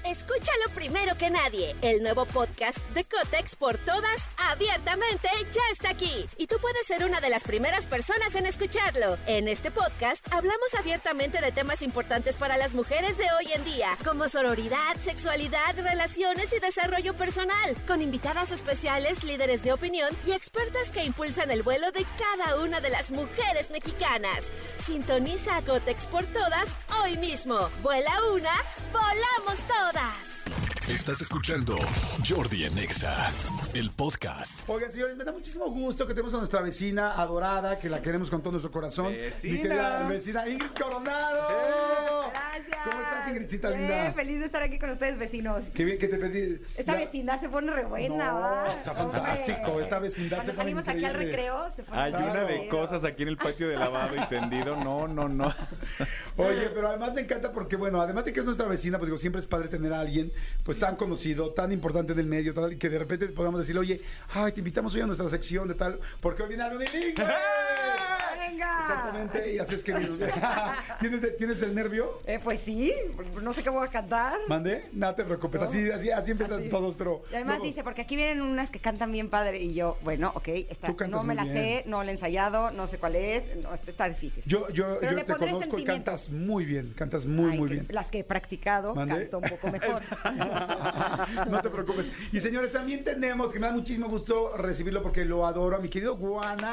Escúchalo primero que nadie. El nuevo podcast de Cotex por todas, abiertamente, ya está aquí. Y tú puedes ser una de las primeras personas en escucharlo. En este podcast hablamos abiertamente de temas importantes para las mujeres de hoy en día, como sororidad, sexualidad, relaciones y desarrollo personal, con invitadas especiales, líderes de opinión y expertas que impulsan el vuelo de cada una de las mujeres mexicanas. Sintoniza a Cotex por todas hoy mismo. Vuela una, volamos todas. Estás escuchando Jordi en Exa, el podcast. Oigan, señores, me da muchísimo gusto que tenemos a nuestra vecina adorada, que la queremos con todo nuestro corazón. ¡Vecina! Mi querida vecina Ingrid Coronado. Gracias. ¿Cómo estás, Ingridcita linda? Feliz de estar aquí con ustedes, vecinos. Qué bien que te pedí. Esta vecindad se pone re buena, No, ¿va? está fantástico. Hombre. Esta vecindad Cuando se pone salimos aquí al increíble. recreo, se pone Hay Claro. una de cosas aquí en el patio de lavado y tendido. No. Oye, pero además me encanta porque, bueno, además de que es nuestra vecina, pues digo, siempre es padre tener a alguien, pues tan conocido, tan importante en el medio, tal, y que de repente podamos decirle, oye, ay, te invitamos hoy a nuestra sección de tal, porque hoy viene al Unilingüe. ¡Venga! Exactamente, y así es que ¿Tienes el nervio? Pues sí, no sé qué voy a cantar. ¿Mandé? No te preocupes, así empiezan Así. todos, pero... Y además luego- dice, porque aquí vienen unas que cantan bien padre y yo, bueno, ok, Tú cantas no me muy la bien. sé, no la he ensayado, no sé cuál es, no, está difícil. Yo Pero le te pondré conozco y sentimiento. cantas muy bien, cantas muy Ay, que bien. Las que he practicado, ¿Mande? canto un poco mejor. No te preocupes. Y señores, también tenemos, que me da muchísimo gusto recibirlo porque lo adoro, a mi querido Guana.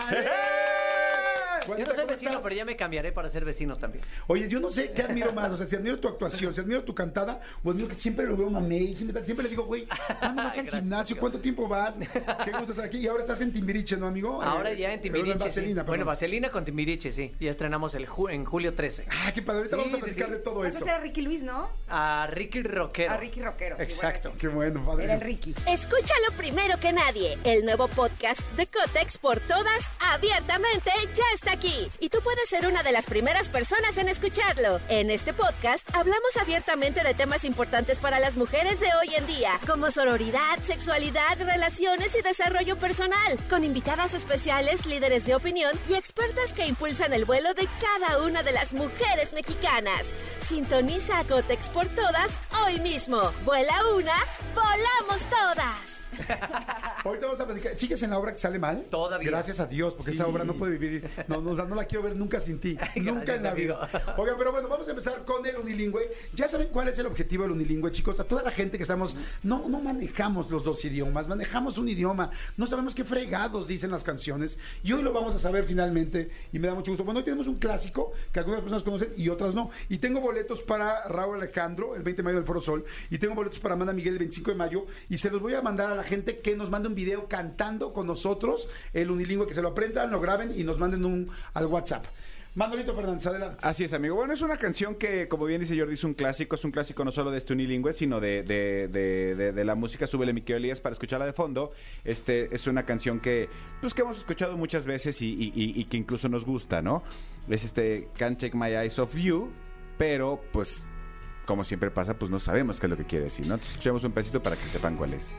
Yo no soy vecino, pero ya me cambiaré para ser vecino también. Oye, yo no sé qué admiro más, o sea, si admiro tu actuación, si admiro tu cantada, o admiro que siempre lo veo mamey, siempre le digo, güey, ¿cuándo vas al Gracias, gimnasio? Dios. ¿Cuánto tiempo vas? ¿Qué gusto estar aquí? Y ahora estás en Timbiriche, ¿no, amigo? Ahora ya en Timbiriche, En Vaselina, sí. Bueno, perdón. Vaselina con Timbiriche, sí. Ya estrenamos en julio 13. Ah, qué padre, ahorita Sí, vamos a sí, platicar sí. de todo Vas a eso. ser a Ricky Luis, ¿no? A Ricky Rockero. A Ricky Rockero. sí, Exacto. bueno, Qué bueno, padre. Era el Ricky. Escúchalo primero que nadie. El nuevo podcast de Cotex por todas, abiertamente, ya está aquí. Y tú puedes ser una de las primeras personas en escucharlo. En este podcast hablamos abiertamente de temas importantes para las mujeres de hoy en día, como sororidad, sexualidad, relaciones y desarrollo personal, con invitadas especiales, líderes de opinión y expertas que impulsan el vuelo de cada una de las mujeres mexicanas. Sintoniza a Cotex por todas hoy mismo. Vuela una, volamos todas. Ahorita vamos a platicar. ¿Sigues en la obra que sale mal? Todavía. Gracias a Dios, porque Sí. esa obra no puede vivir. No, o sea, no la quiero ver nunca sin ti. Nunca Gracias, en la amigo. vida. Oigan, pero bueno, vamos a empezar con el Unilingüe. Ya saben cuál es el objetivo del Unilingüe, chicos. A toda la gente que estamos, no manejamos los dos idiomas, manejamos un idioma. No sabemos qué fregados dicen las canciones. Y hoy lo vamos a saber finalmente. Y me da mucho gusto. Bueno, hoy tenemos un clásico que algunas personas conocen y otras no. Y tengo boletos para Raúl Alejandro el 20 de mayo del Foro Sol. Y tengo boletos para Amanda Miguel el 25 de mayo. Y se los voy a mandar a la gente que nos mande un video cantando con nosotros el Unilingüe, que se lo aprendan, lo graben y nos manden al WhatsApp. Manolito Fernández, adelante. Así es, amigo. Bueno, es una canción que, como bien dice Jordi, es un clásico no solo de este Unilingüe, sino de la música Súbele, mi querido Elías, para escucharla de fondo. Es una canción que hemos escuchado muchas veces y que incluso nos gusta, ¿no? Es Can't Take My Eyes Off You, pero pues como siempre pasa, pues no sabemos qué es lo que quiere decir, ¿no? Entonces, escuchemos un pedacito para que sepan cuál es.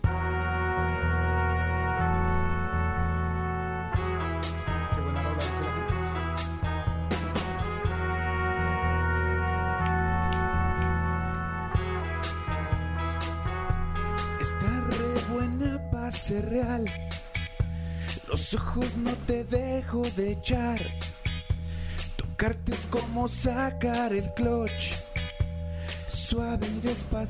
Qué buena rola, dice la gente. Está re buena pa' ser real. Los ojos no te dejo de echar. Tocarte es como sacar el clutch. Suave y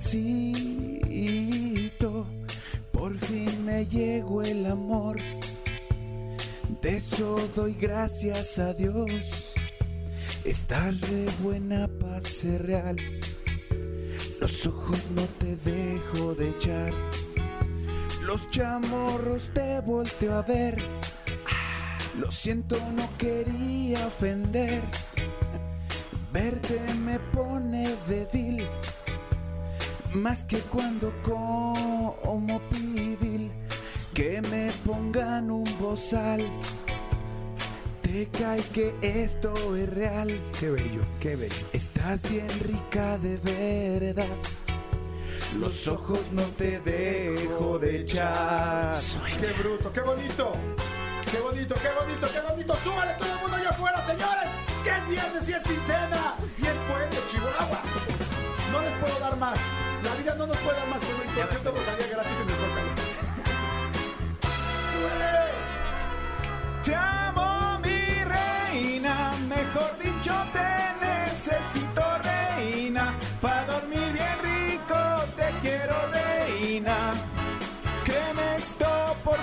despacito. Por fin me llegó el amor. De eso doy gracias a Dios. Está re buena pa' ser real. Los ojos no te dejo de echar. Los chamorros te volteo a ver. Lo siento, no quería ofender. Verte me pone débil. Más que cuando como pibil. Que me pongan un bozal. Te cae que esto es real. Qué bello, qué bello. Estás bien rica de verdad. Los ojos no te dejo de echar. Qué bruto, qué bonito. Qué bonito, qué bonito, qué bonito. Súbale todo el mundo allá afuera, señores. Que es viernes y es quincena. Y es puente, Chihuahua. No les puedo dar más. La vida no nos puede dar más que un concierto Rosalía gratis en el Zócalo. ¡Súbele! Te amo, mi reina, mejor dicho, te necesito, reina, pa' dormir bien rico, te quiero, reina, créeme esto, por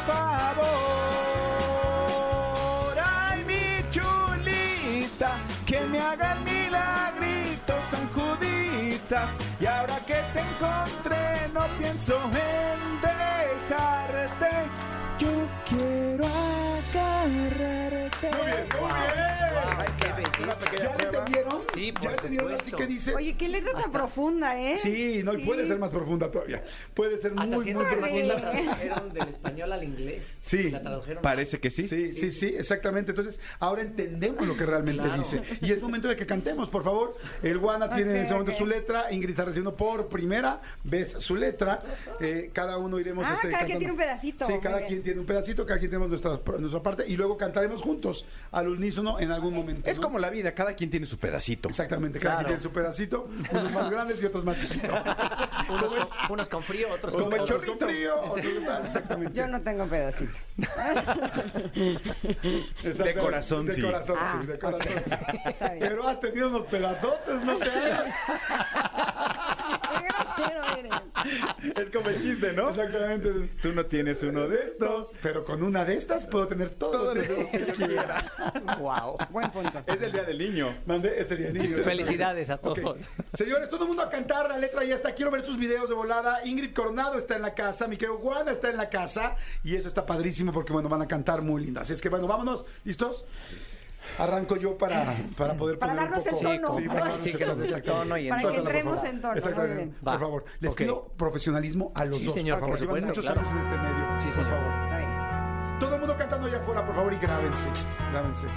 favor. Ay, mi chulita, que me hagan milagritos, San Juditas, y ahora que te encontré, no pienso en dejarte, yo quiero agarrarte. Muy bien, muy bien. Ay, qué belleza. ¿Ya le entendieron? Sí, por ¿Ya entendieron así supuesto. que dice? Oye, qué letra tan profunda, ¿eh? Sí, no, y puede ser más profunda todavía. Puede ser Hasta muy, siento muy que más bien la profunda. tradujeron del español al inglés. Sí. La tradujeron. Parece que sí. Sí, sí, sí, exactamente. Entonces, ahora entendemos lo que realmente Claro. dice. Y es momento de que cantemos, por favor. El Guana tiene en ese momento su letra. Ingrid está recibiendo por primera vez su letra. Cada uno iremos cada quien cantando. tiene un pedacito. Sí, Muy cada bien. quien tiene un pedacito, cada quien tenemos nuestra parte. Y luego cantaremos juntos al unísono en algún momento. Es ¿no? como la vida, cada quien tiene su pedacito. Exactamente, cada quien Claro. tiene su pedacito. Unos más grandes y otros más chiquitos. Unos con frío, otros Como el otros chorrito frío. Exactamente. Yo no tengo pedacito. Exactamente. De corazón, sí. De corazón, Ah, sí, de corazón, sí. Está bien. Pero has tenido unos pedazotes, ¿no te hagas? Qué grosero eres. Es como el chiste, ¿no? Exactamente. Tú no tienes uno de estos. Pero con una de estas puedo tener todos los dedos que quiera. Wow. Buen punto. Es del día del niño. Mandé ese día niño. Felicidades a todos. Ok. Señores, todo el mundo a cantar, la letra ya está. Quiero ver sus videos de volada. Ingrid Coronado está en la casa, mi querido Juana está en la casa. Y eso está padrísimo porque, bueno, van a cantar muy lindo. Así es que, bueno, vámonos. ¿Listos? Arranco yo para poder Para poner un darnos el poco. tono. Sí, para darnos Sí, el que nos tono, des el exactamente. tono y Para que Suéltala, por entremos favor. en tono, muy Exactamente. bien. Por Va. favor, les Ok. pido profesionalismo a los Sí, dos. señor, por Llevan supuesto, muchos claro. años en este medio. Sí, por señor. favor. Está bien. Todo el mundo cantando allá afuera, por favor, y grábense. Grábense.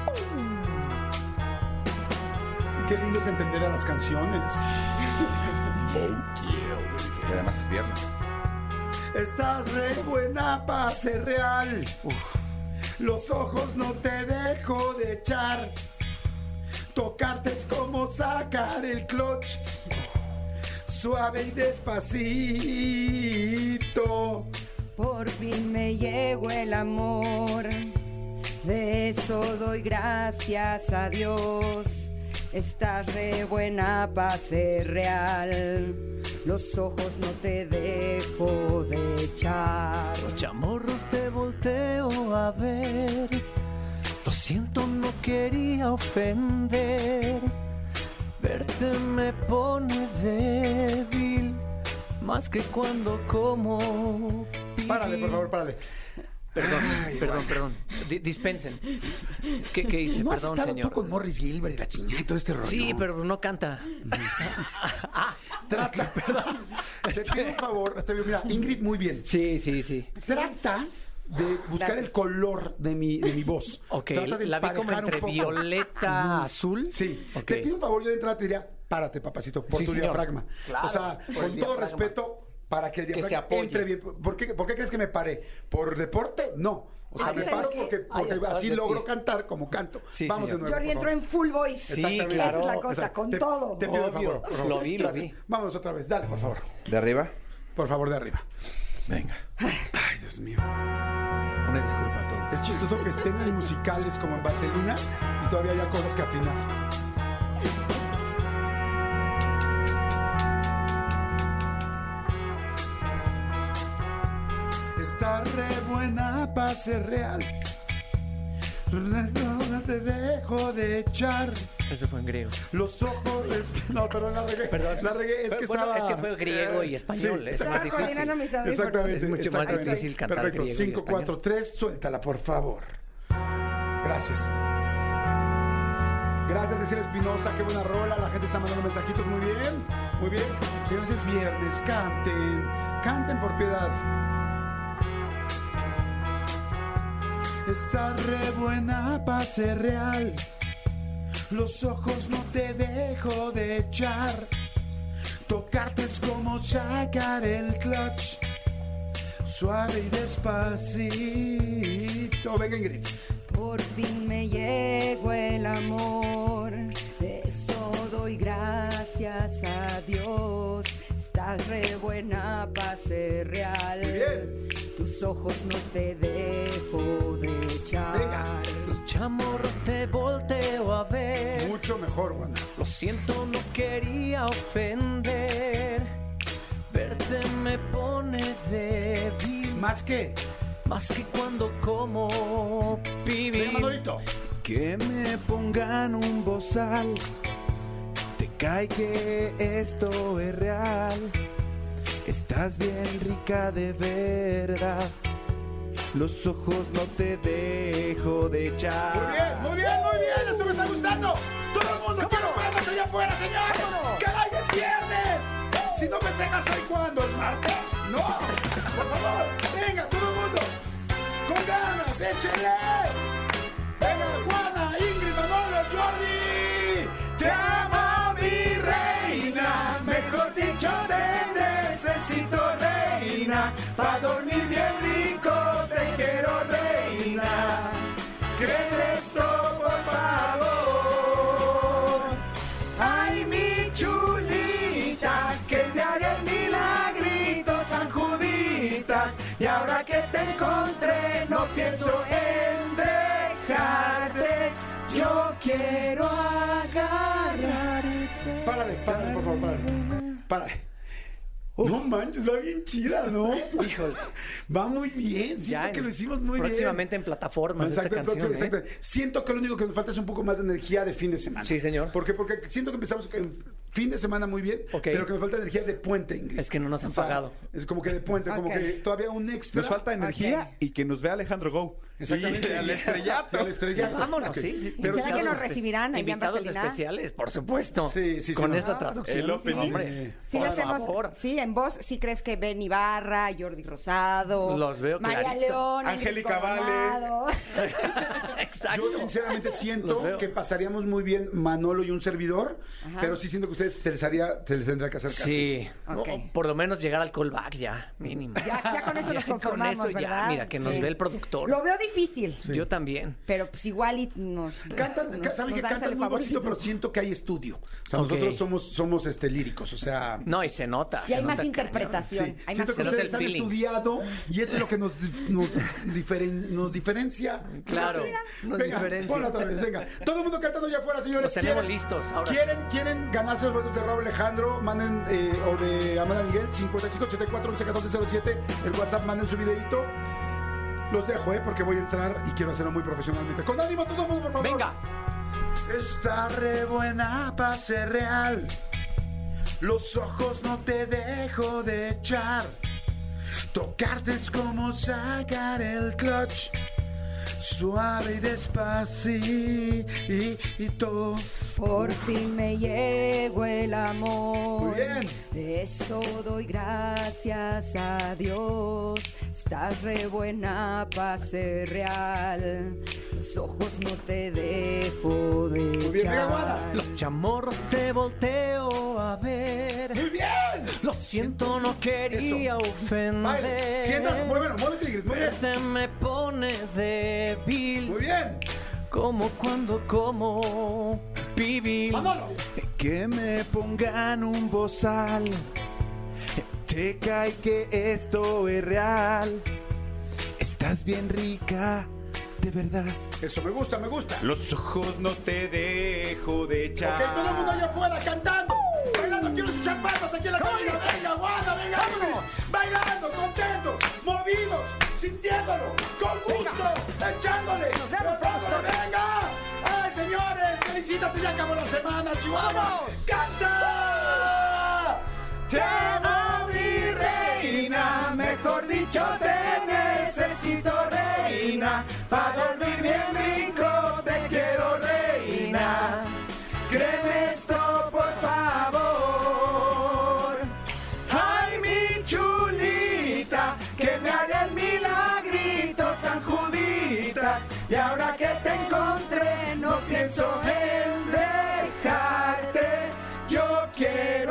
Qué lindo es entender a las canciones. Y además es viernes. Estás re buena pa' ser real. Los ojos no te dejo de echar. Tocarte es como sacar el clutch. Suave y despacito. Por fin me llegó el amor, de eso doy gracias a Dios. Estás re buena pa' ser real, los ojos no te dejo de echar. Los chamorros te volteo a ver. Lo siento, no quería ofender. Verte me pone débil, más que cuando como. Párale, por favor, párale. Perdón. Dispensen. ¿Qué hice? ¿No has Perdón, estado señor. tú con Morris Gilbert y la chingada y todo este rollo? Sí, pero no canta. Trata, te pido un favor. Mira, Ingrid, muy bien. Sí. Trata de buscar Gracias. el color de mi voz. Ok, Trata de la vi como emparejar un entre poco. violeta, azul. Sí. Ok. Te pido un favor, yo de entrada te diría, párate, papacito, por Sí, tu señor. diafragma. Claro, o sea, por con el todo diafragma. respeto, para que el Que se diafragma apoye. entre bien. ¿Por qué crees que me paré? ¿Por deporte? No. O sea, Ah, me ¿sabes paro qué? porque estabas así de logro pie. cantar como canto. Sí, Vamos señor. de nuevo. Jordi por entró favor. en full voice. Sí, Exactamente. claro. Esa es la cosa, Exacto. con Te- todo. Te pido el Obvio. favor. por favor. Lo vi. Gracias. Vámonos otra vez. Dale, por favor. ¿De arriba? Por favor, de arriba. Venga. Ay, Dios mío. Una disculpa a todos. Es chistoso que estén en musicales como en Vaselina y todavía haya cosas que afinar. Está re buena pa' ser real. No te dejo de echar Eso fue en griego. los ojos. No, perdón, la regué. Perdón. La regué, es que Bueno, estaba. es que fue griego y español, Sí, es Estaba más difícil. coordinando mis audífonos. Exactamente. Es mucho más exactamente. difícil cantar Perfecto. griego y 5, 4, 3, suéltala, por favor. Gracias. Gracias, Cecilia Espinosa, qué buena rola. La gente está mandando mensajitos, muy bien. Muy bien. Señores, es viernes, canten. Canten por piedad. Está re buena pa' ser real. Los ojos no te dejo de echar. Tocarte es como sacar el clutch. Suave y despacito. Venga, Ingrid. Por fin me llegó el amor, de eso doy gracias a Dios. Está Estás re buena para ser real. Muy bien. Tus ojos no te dejo de echar. Venga. Los chamorros te volteo a ver. Mucho mejor, Wanda. Lo siento, no quería ofender. Verte me pone débil. ¿Más qué? Más que cuando como Venga, pibil. Manolito. Que me pongan un bozal. Te cae que esto es real. Estás bien rica de verdad. Los ojos no te dejo de echar. Muy bien, muy bien, muy bien. Esto me está gustando. Todo el mundo quiere palmas allá afuera, señor. ¡Caray, es viernes! Si no festejas hoy, ¿cuándo? ¿El martes? No. Por favor, venga, todo el mundo. Con ganas, échenle. Venga, Juana, Ingrid, Manolo, Jordi. Te amo, mi reina. Mejor dicho, te necesito, reina. Pa' dormir bien rico, te quiero, reina. Créeme esto, por favor. Ay, mi chulita, que te haga el milagrito, San Juditas. Y ahora que te encontré, no pienso en dejarte. Yo quiero agarrarte. Párale, por favor, párale. No manches, va bien chida, ¿no? Híjole. Va muy bien, siento Ya que lo hicimos muy bien. próximamente en plataformas esta canción, Exacto. Siento que lo único que nos falta es un poco más de energía de fin de semana. Sí, señor. Porque siento que empezamos en fin de semana muy bien, Ok. pero que nos falta energía de puente, Ingrid. Es que no nos han pagado. Es como que de puente, como Ok. que todavía un extra. Nos falta energía Ok. y que nos vea Alejandro Go. Exactamente. Y al estrellato. Al estrellato. Vámonos, Ok. sí. Pero ¿Será que nos espe- recibirán allá en Invitados Vaselina? especiales, por supuesto. Sí, Con no. esta traducción. El opening. Hombre, Sí, por lo hacemos. favor. Sí, en voz, ¿sí crees que Ben Ibarra, Jordi Rosado? Los veo María clarito. León, Angélica Ingrid Coronado. Exacto. Yo sinceramente Los siento veo. que pasaríamos muy bien Manolo y un servidor, Ajá. pero sí siento que ustedes se les tendría que hacer casting. Sí, Ok. o por lo menos llegar al callback ya, mínimo. Ya con eso nos Ya con conformamos, eso ya, ¿verdad? mira, que nos Sí. ve el productor. Lo veo difícil, Yo también. pero pues igual y nos... Cantan, saben que dan cantan ese muy bonito, favorcito. pero siento que hay estudio. O sea, Ok. nosotros somos líricos, o sea... No, y se nota. Y se hay más nota interpretación. Sí, Hay siento más que se nota ustedes el han feeling. estudiado y eso es lo que nos diferencia. Claro, nos Venga, diferencia. ponla otra vez, venga. Todo el mundo cantando allá afuera, señores. Los tenemos listos, ahora ¿Quieren ganarse los boletos de Raúl Alejandro? Manden, o de Amanda Miguel, 5584-111407. El WhatsApp, manden su videito. Los dejo, porque voy a entrar y quiero hacerlo muy profesionalmente. Con ánimo, todo el mundo, por favor. Venga. Está re buena para ser real. Los ojos no te dejo de echar. Tocarte es como sacar el clutch. Suave y despacito. Por fin me llegó el amor. Muy bien. De eso doy gracias a Dios. Estás re buena para ser real. Los ojos no te dejo de Muy bien, venga, Guada. echar. Los chamorros te volteo a ver. Muy bien. Lo siento, no quería Eso. ofender. Baile. Siéntate, muévete, Ingrid. Muy bien. Verte me pone débil. Muy bien. Como cuando como pibil. Manolo. Que me pongan un bozal. Te cae que esto es real. Estás bien rica, de verdad. Eso me gusta, me gusta. Los ojos no te dejo de echar. Ok, todo el mundo allá afuera cantando. Bailando, quiero escuchar palmas aquí en la cabina. Venga, Guada, venga, vámonos. Bailando, contentos, movidos, sintiéndolo, con gusto, echándole. Tratándole, venga. Ay, señores, felicítate, ya acabó la semana, Chihuahua. ¡Canta! Te amo, mi reina, mejor dicho, te necesito, reina. Pa' dormir bien rico, te quiero, reina. Créeme esto, por favor. Ay, mi chulita, que me haga el milagrito, San Juditas. Y ahora que te encontré, no pienso en dejarte. Yo quiero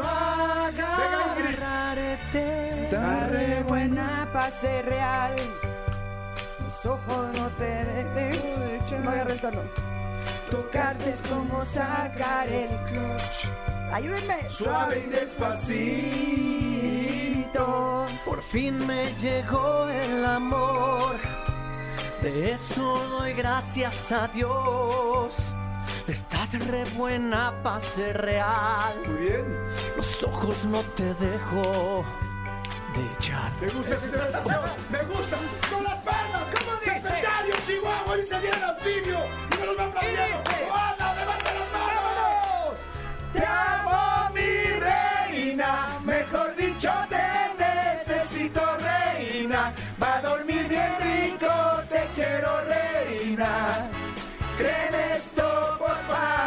agarrarte. Está re buena para ser real. Los ojos no te dejo de echar. No agarré el tono. Tocarte es como sacar el clutch. Ayúdenme. Suave y despacito. Por fin me llegó el amor. De eso doy gracias a Dios. Estás re buena pa' ser real. Muy bien. Los ojos no te dejo de echar. Me gusta esta interpretación. Me gusta. Con las palmas. ¿Cómo dice? Secretario, Chihuahua, dice Día del Anfibio. Y me los va aplaudiendo. dice? ¡Anda, levanta las manos! Te amo, mi reina. Mejor dicho, te necesito, reina. Va a dormir bien rico. Te quiero, reina. Créeme esto, por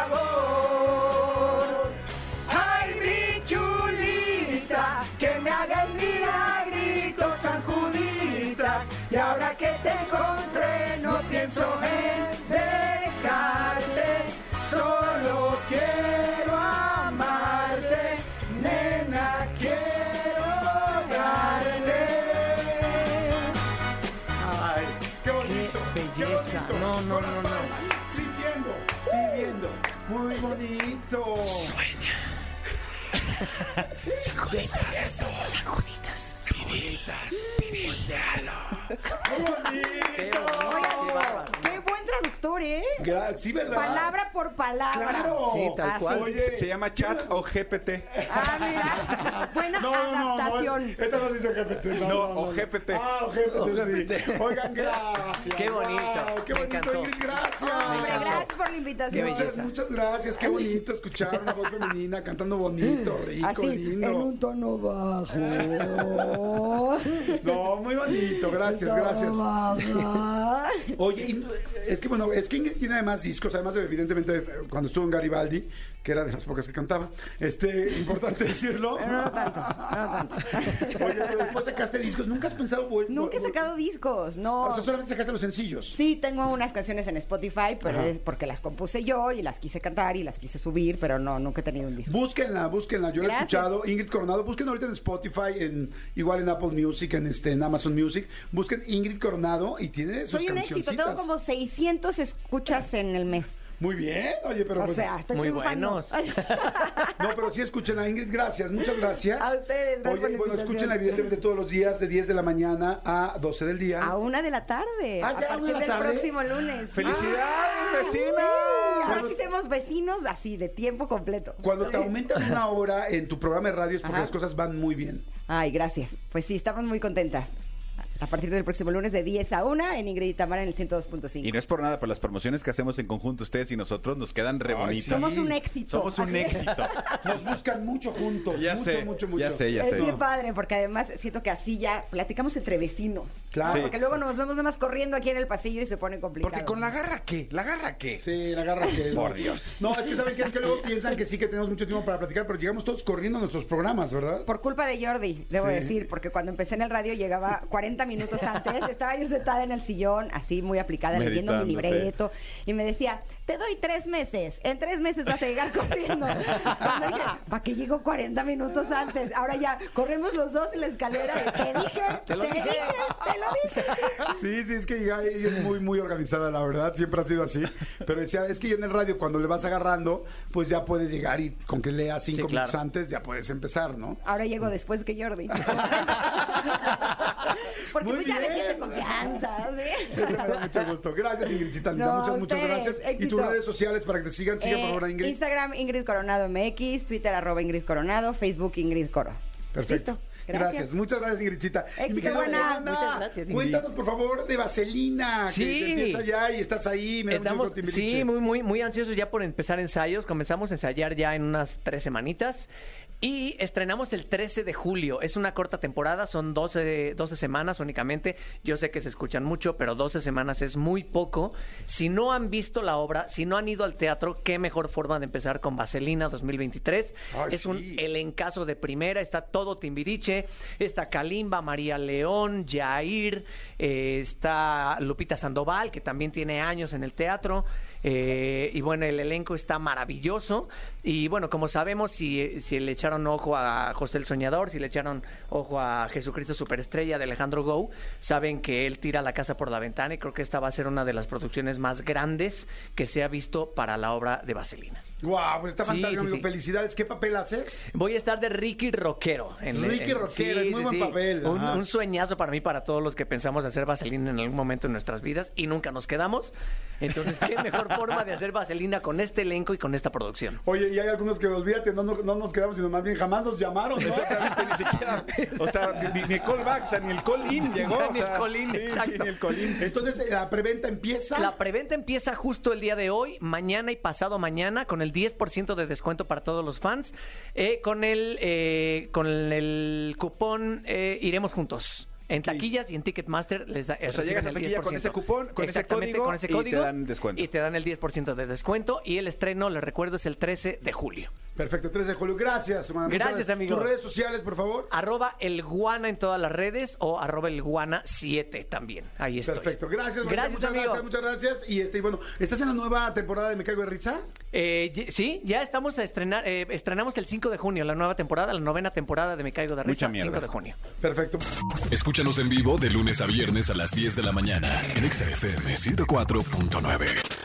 favor. Ay, mi chulita, que me haga el milagrito, San Juditas. Y ahora que te encontré, no pienso en dejarte. Solo quiero amarte, nena, quiero darte. Ay, qué bonito. Qué belleza. Qué bonito. No, no, Con las no, no. palmas, sintiendo, viviendo. Muy bonito. Muy bonito. Oigan, qué buen traductor, ¿eh? Sí, ¿verdad? Palabra por palabra. Claro. Sí, tal Así. cual. Oye, Se llama chat o GPT. Ah, mira. Buena adaptación. Esta no dice GPT. No, o GPT. Ah, o GPT, sí. Oigan, gracias. Qué bonito. Wow, qué Me bonito, encantó. Ingrid, gracias. Hombre, gracias por la Qué invitación. belleza. Muchas gracias. Qué bonito escuchar una voz femenina cantando bonito, rico, Así, lindo. en un tono bajo. No, muy bonito. Gracias, gracias. Oye, es que bueno, es que Ingrid tiene además discos, además de, evidentemente cuando estuvo en Garibaldi, que era de las pocas que cantaba, importante decirlo. Pero no tanto, no tanto. Oye, pero después sacaste discos, ¿nunca has pensado Nunca he sacado discos, no. O sea, solamente sacaste los sencillos. Sí, tengo unas canciones en Spotify, pero Ajá. es porque las compuse yo y las quise cantar y las quise subir, pero no, nunca he tenido un disco. Búsquenla, yo la he Gracias. escuchado, Ingrid Coronado, busquen ahorita en Spotify, igual en Apple Music, en Amazon Music, busquen Ingrid Coronado y tiene sus Soy un éxito, cancioncitas. tengo como 600 escuchas en el mes. Muy bien, oye, pero O pues, sea, estoy muy triunfando. buenos. no, pero sí escuchen a Ingrid, gracias, muchas gracias. A ustedes, gracias por Oye, la bueno, invitación. escúchenla evidentemente todos los días de 10 de la mañana a 12 del día. A 1 de la tarde. Ah, a ya, partir 1 de la del tarde. próximo lunes. ¡Felicidades, vecina! Ahora sí somos vecinos así, de tiempo completo. Cuando te aumentan una hora en tu programa de radio es porque Ajá. las cosas van muy bien. Ay, gracias. Pues sí, estamos muy contentas. A partir del próximo lunes de 10 a 1 en Ingrid y Tamara en el 102.5. Y no es por nada, pero las promociones que hacemos en conjunto ustedes y nosotros nos quedan re Ay, bonitas. sí. Somos un éxito. Somos un éxito. Nos buscan mucho juntos. Ya mucho, sé, mucho, mucho. ya sé, ya Es sé. bien padre, porque además siento que así ya platicamos entre vecinos. Claro. Sí. Porque luego nos vemos nada más corriendo aquí en el pasillo y se pone complicado. Porque con la garra, ¿qué? ¿La garra qué? Sí, la garra que Por Dios. No, es que saben que es que luego piensan que sí que tenemos mucho tiempo para platicar, pero llegamos todos corriendo a nuestros programas, ¿verdad? Por culpa de Jordi, debo Sí. decir, porque cuando empecé en el radio llegaba 40 minutos antes, estaba yo sentada en el sillón, así muy aplicada, leyendo mi Meditando, libreto, y me decía, te doy 3 meses, en 3 meses vas a llegar corriendo. ¿Para qué llego 40 minutos antes? Ahora ya, corremos los dos en la escalera, y te dije, te lo dije. Sí, sí, es que ella es muy, muy organizada, la verdad, siempre ha sido así. Pero decía, es que yo en el radio, cuando le vas agarrando, pues ya puedes llegar y con que leas 5 Sí, claro. minutos antes, ya puedes empezar, ¿no? Ahora llego después que Jordi. Porque Muy tú ya me bien. sientes confianza, ¿sí? Eso me da mucho gusto. Gracias, Ingridcita linda. No, muchas, muchas ustedes, gracias. Y éxito. tus redes sociales para que te sigan por favor a Ingrid. Instagram Ingrid Coronado MX, Twitter @Ingrid Coronado, Facebook Ingrid Coro. Perfecto. Listo. Gracias. Muchas gracias, Ingridcita. Y mi Éxito, querida buena. Joana, Muchas gracias, Ingrid. cuéntanos, por favor, de Vaselina, Sí. que empieza ya y estás ahí. Me da mucho gusto, Timbiriche. sí, muy ansiosos ya por empezar ensayos. Comenzamos a ensayar ya en unas 3 semanitas. Y estrenamos el 13 de julio. Es una corta temporada, son 12 semanas únicamente. Yo sé que se escuchan mucho, pero 12 semanas es muy poco. Si no han visto la obra, si no han ido al teatro, qué mejor forma de empezar con Vaselina 2023. Ay, es un sí. elencazo de primera. Está todo Timbiriche, está Kalimba, María León, Jair, está Lupita Sandoval, que también tiene años en el teatro. Y bueno, el elenco está maravilloso. Y bueno, como sabemos, si le echaron ojo a José el Soñador, si le echaron ojo a Jesucristo Superestrella de Alejandro Gou, saben que él tira la casa por la ventana, y creo que esta va a ser una de las producciones más grandes que se ha visto para la obra de Vaselina. Guau, pues está Sí, fantástico, sí, amigo. sí. Felicidades. ¿Qué papel haces? Voy a estar de Ricky Rockero. Ricky Rockero, es muy buen papel, ajá. Un sueñazo para mí, para todos los que pensamos hacer vaselina en algún momento en nuestras vidas y nunca nos quedamos. Entonces, qué mejor forma de hacer vaselina con este elenco y con esta producción. Oye, y hay algunos que, olvídate, no nos quedamos, sino más bien jamás nos llamaron, ¿no? Exactamente, ni siquiera. O sea, ni callback, o sea, ni el call-in llegó. Ni el call-in, sí, exacto. sí, ni el call-in. Entonces, la preventa empieza. La preventa empieza justo el día de hoy, mañana y pasado mañana, con el 10% de descuento para todos los fans. Con el cupón Iremos Juntos. En taquillas y en Ticketmaster les da. O sea, llegas a taquilla con ese cupón, con ese código, y te dan descuento. Y te dan el 10% de descuento. Y el estreno, les recuerdo, es el 13 de julio. Perfecto, 3 de julio. Gracias, hermano. Gracias, amigo. Tus redes sociales, por favor. @elguana en todas las redes o @elguana7 también. Ahí estoy. Perfecto, gracias, Marita, Gracias, muchas amigo. gracias, muchas gracias. Y bueno, ¿estás en la nueva temporada de Me Caigo de Risa? Sí, ya estamos a estrenar. Estrenamos el 5 de junio la nueva temporada, la 9ª temporada de Me Caigo de Risa. Mucha mierda. 5 de junio. Perfecto. Escúchanos en vivo de lunes a viernes a las 10 de la mañana en Exa FM 104.9.